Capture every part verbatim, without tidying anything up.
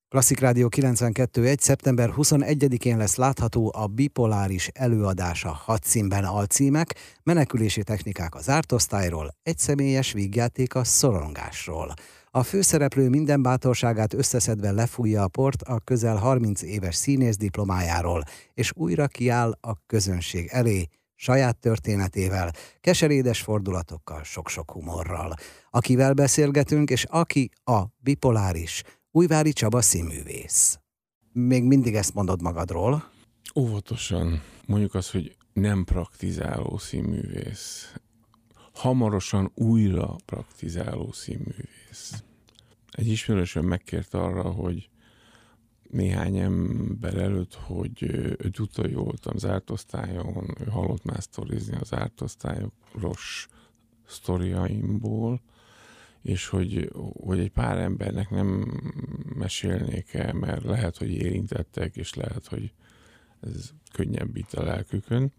Klasszik Rádió kilencvenkettő egy. szeptember huszonegyedikén lesz látható a Bipoláris előadása hat címben alcímek, menekülési technikák az ártosztályról, egyszemélyes vígjáték a szorongásról. A főszereplő minden bátorságát összeszedve lefújja a port a közel harminc éves színész diplomájáról, és újra kiáll a közönség elé, saját történetével, keserédes fordulatokkal, sok-sok humorral. Akivel beszélgetünk, és aki a Bipoláris, Újvári Csaba színművész. Még mindig ezt mondod magadról? Óvatosan. Mondjuk azt, hogy nem praktizáló színművész. Hamarosan újra praktizáló színművész. Egy ismerősöm megkért arra, hogy néhány ember előtt, hogy ő tudta, hogy voltam zárt osztályon, ő hallott már sztorizni az zárt osztályos sztoriaimból, és hogy, hogy egy pár embernek nem mesélnék el, mert lehet, hogy érintettek, és lehet, hogy ez könnyebbít a lelkükön.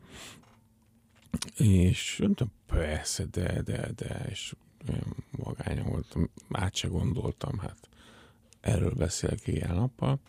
És mondtam, persze, de, de, de, és magányan voltam, át se gondoltam, hát erről beszélek éjjel-nappal.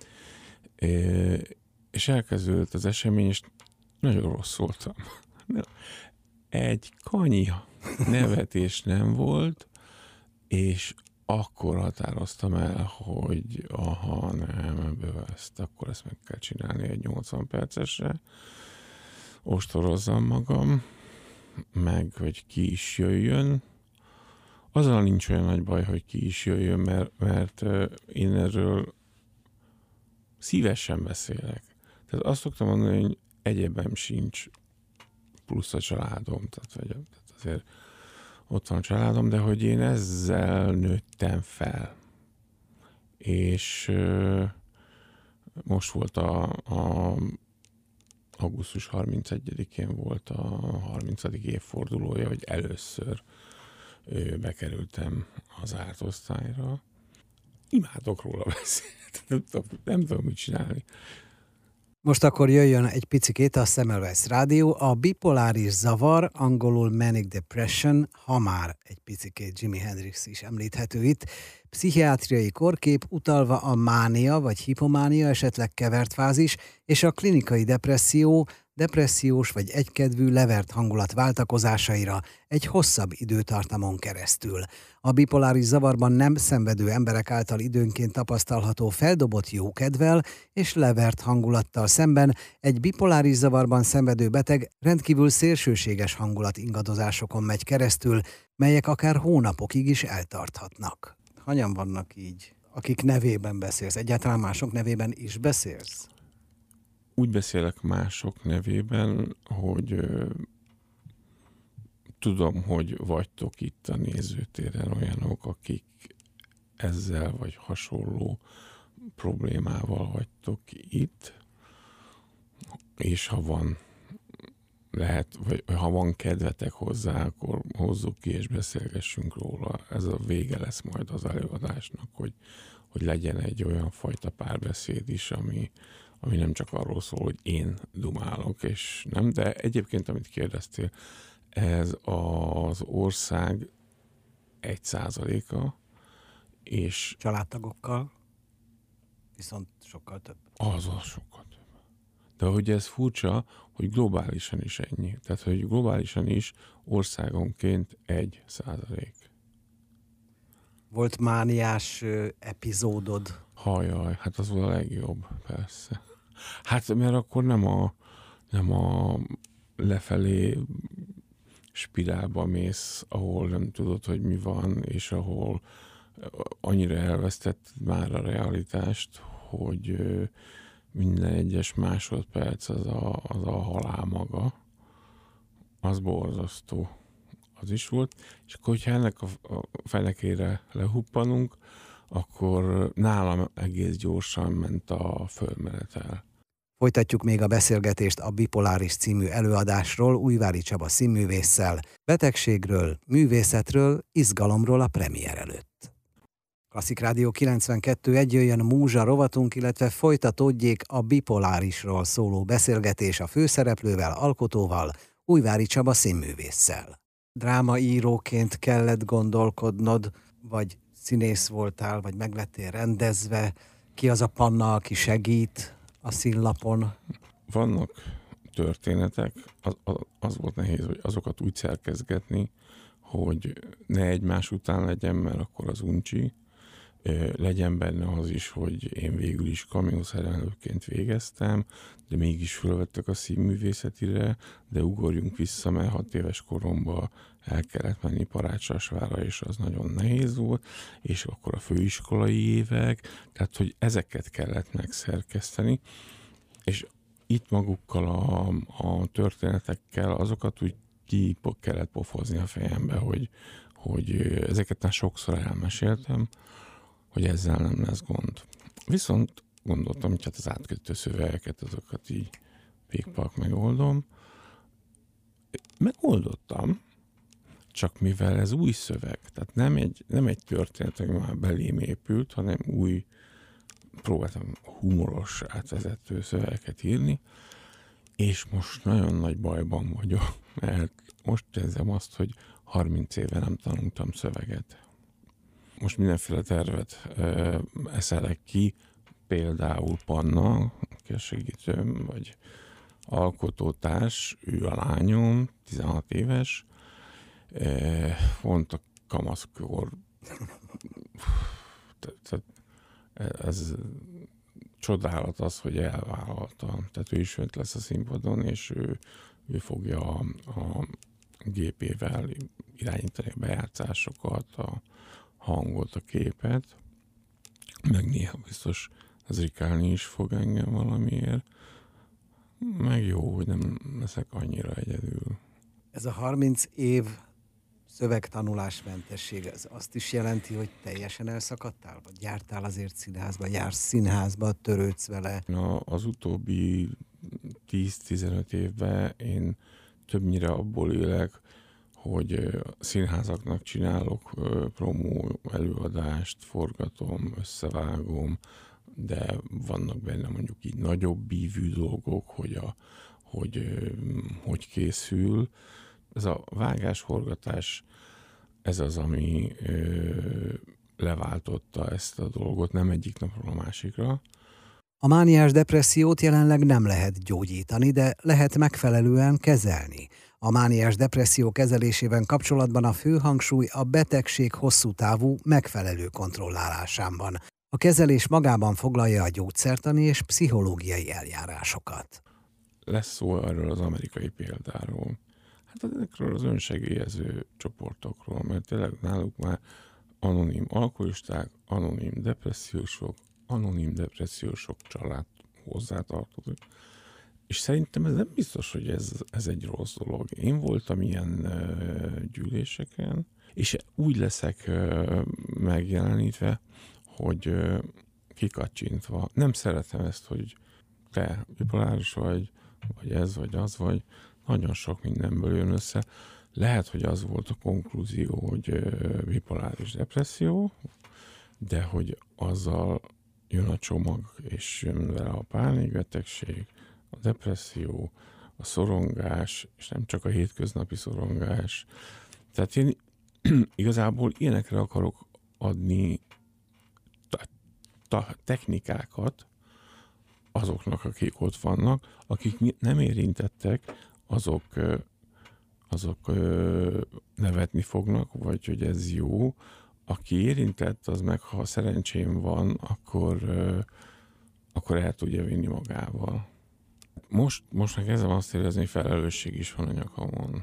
És elkezdődött az esemény, és nagyon rossz voltam. Egy kanyi nevetés nem volt, és akkor határoztam el, hogy aha, nem, ebből ezt, akkor ezt meg kell csinálni egy nyolcvan percesre. Ostorozzam magam, meg, hogy ki is jöjjön. Azzal nincs olyan nagy baj, hogy ki is jöjjön, mert, mert én erről szívesen beszélek. Tehát azt szoktam mondani, hogy egyébben sincs plusz a családom, tehát, vagy, tehát azért ott van a családom, de hogy én ezzel nőttem fel. És ö, most volt a, a augusztus harmincegyedikén volt a harmincadik évfordulója, hogy először ö, bekerültem az zárt osztályra. Imádok róla beszélni, nem tudom, nem tudom mit csinálni. Most akkor jöjjön egy picikét a Semmelweis Rádió, a bipoláris zavar, angolul Manic Depression, ha már egy picikét Jimi Hendrix is említhető itt, pszichiátriai korkép utalva a mánia vagy hipománia, esetleg kevert fázis, és a klinikai depresszió, depressziós vagy egykedvű levert hangulat váltakozásaira egy hosszabb időtartamon keresztül. A bipoláris zavarban nem szenvedő emberek által időnként tapasztalható feldobott jókedvel és levert hangulattal szemben egy bipoláris zavarban szenvedő beteg rendkívül szélsőséges hangulat ingadozásokon megy keresztül, melyek akár hónapokig is eltarthatnak. Hanyan vannak így, akik nevében beszélsz? Egyáltalán mások nevében is beszélsz? Úgy beszélek mások nevében, hogy ö, tudom, hogy vagytok itt a nézőtéren olyanok, akik ezzel vagy hasonló problémával vagytok itt, és ha van lehet, vagy ha van kedvetek hozzá, akkor hozzuk ki és beszélgessünk róla. Ez a vége lesz majd az előadásnak, hogy, hogy legyen egy olyan fajta párbeszéd is, ami, ami nem csak arról szól, hogy én dumálok, és nem, de egyébként, amit kérdeztél, ez az ország egy százaléka, és családtagokkal viszont sokkal több. Az az sokkal több. De hogy ez furcsa, hogy globálisan is ennyi. Tehát, hogy globálisan is országonként egy százalék. Volt mániás ö, epizódod? Hajjaj, hát az volt a legjobb, persze. Hát, mert akkor nem a, nem a lefelé spirálba mész, ahol nem tudod, hogy mi van, és ahol annyira elvesztett már a realitást, hogy minden egyes másodperc az a, az a halál maga. Az borzasztó. Az is volt. És akkor, hogyha ennek a fenekére lehuppanunk, akkor nálam egész gyorsan ment a fölmenetel. Folytatjuk még a beszélgetést a Bipoláris című előadásról Újvári Csaba színművésszel, betegségről, művészetről, izgalomról a premier előtt. Klasszik Rádió kilencvenkettő egy, jöjjön Múzsa rovatunk, illetve folytatódjék a bipolárisról szóló beszélgetés a főszereplővel, alkotóval, Újvári Csaba színművésszel. Drámaíróként kellett gondolkodnod, vagy színész voltál, vagy meg lettél rendezve, ki az a panna, aki segít a színlapon? Vannak történetek, az, az volt nehéz, hogy azokat úgy szerkezgetni, hogy ne egymás után legyen, mert akkor az uncsi. Legyen benne az is, hogy én végül is kamionszerelőként végeztem, de mégis fölvettek a színművészetire, de ugorjunk vissza, mert hat éves koromban el kellett menni Parácsasvárra, és az nagyon nehéz volt, és akkor a főiskolai évek, tehát hogy ezeket kellett megszerkeszteni, és itt magukkal a, a történetekkel azokat úgy ki kellett pofozni a fejembe, hogy, hogy ezeket már sokszor elmeséltem, hogy ezzel nem lesz gond. Viszont gondoltam, hogy hát az átkötő szövegeket, azokat így végpak megoldom. Megoldottam, csak mivel ez új szöveg, tehát nem egy, nem egy történet, ami már belém épült, hanem új, próbáltam humoros, átvezető szövegeket írni, és most nagyon nagy bajban vagyok, mert most érzem azt, hogy harminc éve nem tanultam szöveget. Most mindenféle tervet ö, eszelek ki, például Panna, aki a segítőm, vagy alkotótárs, ő a lányom, tizenhat éves, ö, pont a kamaszkor, tehát ez csodálat az, hogy elvállaltam. Tehát ő is fönt lesz a színpadon, és ő, ő fogja a, a gépével irányítani a bejátszásokat, a hangot, a képet, meg néha biztos zrikálni is fog engem valamiért, meg jó, hogy nem leszek annyira egyedül. Ez a harminc év szövegtanulásmentesség, ez azt is jelenti, hogy teljesen elszakadtál? Vagy jártál azért színházba, jársz színházba, törődsz vele? Na, az utóbbi tíz-tizenöt évben én többnyire abból élek, hogy színházaknak csinálok promó előadást, forgatom, összevágom, de vannak benne mondjuk így nagyobb bívű dolgok, hogy, a, hogy, hogy készül. Ez a vágás-forgatás, ez az, ami ö, leváltotta ezt a dolgot, nem egyik napról a másikra. A mániás depressziót jelenleg nem lehet gyógyítani, de lehet megfelelően kezelni. A mániás depresszió kezelésében kapcsolatban a fő hangsúly a betegség hosszú távú megfelelő kontrollálásán van. A kezelés magában foglalja a gyógyszertani és pszichológiai eljárásokat. Lesz szó erről az amerikai példáról. Hát ezekről az önsegélyező csoportokról, mert tényleg náluk már anonim alkoholisták, anonim depressziósok, anonim depressziósok család hozzátartozik. És szerintem ez nem biztos, hogy ez, ez egy rossz dolog. Én voltam ilyen uh, gyűléseken, és úgy leszek uh, megjelenítve, hogy uh, kikacsintva. Nem szeretem ezt, hogy te bipoláris vagy, vagy ez, vagy az, vagy nagyon sok mindenből jön össze. Lehet, hogy az volt a konklúzió, hogy uh, bipoláris depresszió, de hogy azzal jön a csomag, és jön vele a pánikbetegség, a depresszió, a szorongás, és nem csak a hétköznapi szorongás. Tehát én igazából ilyenekre akarok adni ta- ta- technikákat azoknak, akik ott vannak, akik nem érintettek, azok, azok nevetni fognak, vagy hogy ez jó. Aki érintett, az meg, ha szerencsém van, akkor, akkor el tudja vinni magával. Most, most meg kezdem azt érezni, hogy felelősség is van a nyakamon.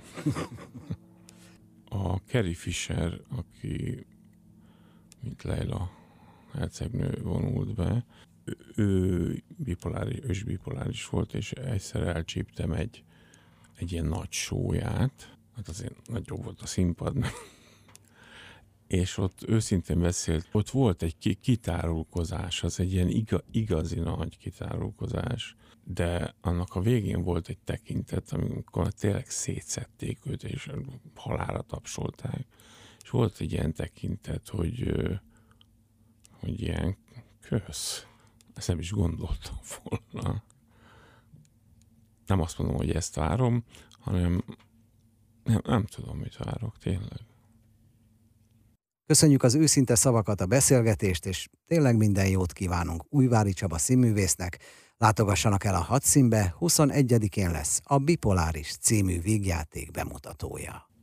A Carrie Fisher, aki mint Leila hercegnő vonult be, ő, ő bipoláris, ős bipoláris volt, és egyszer elcsíptem egy, egy ilyen nagy sóját, hát azért nagyobb volt a színpad, és ott őszintén beszélt, ott volt egy kitárulkozás, az egy ilyen iga, igazi nagy kitárulkozás, de annak a végén volt egy tekintet, amikor tényleg szétszették őt, és halálra tapsolták. És volt egy ilyen tekintet, hogy, hogy ilyen kösz. Ezt nem is gondoltam volna. Nem azt mondom, hogy ezt várom, hanem nem, nem tudom, mit várok tényleg. Köszönjük az őszinte szavakat, a beszélgetést, és tényleg minden jót kívánunk Újvári Csaba színművésznek. Látogassanak el a Hadszínbe, huszonegyedikén lesz a Bipoláris című vígjáték bemutatója.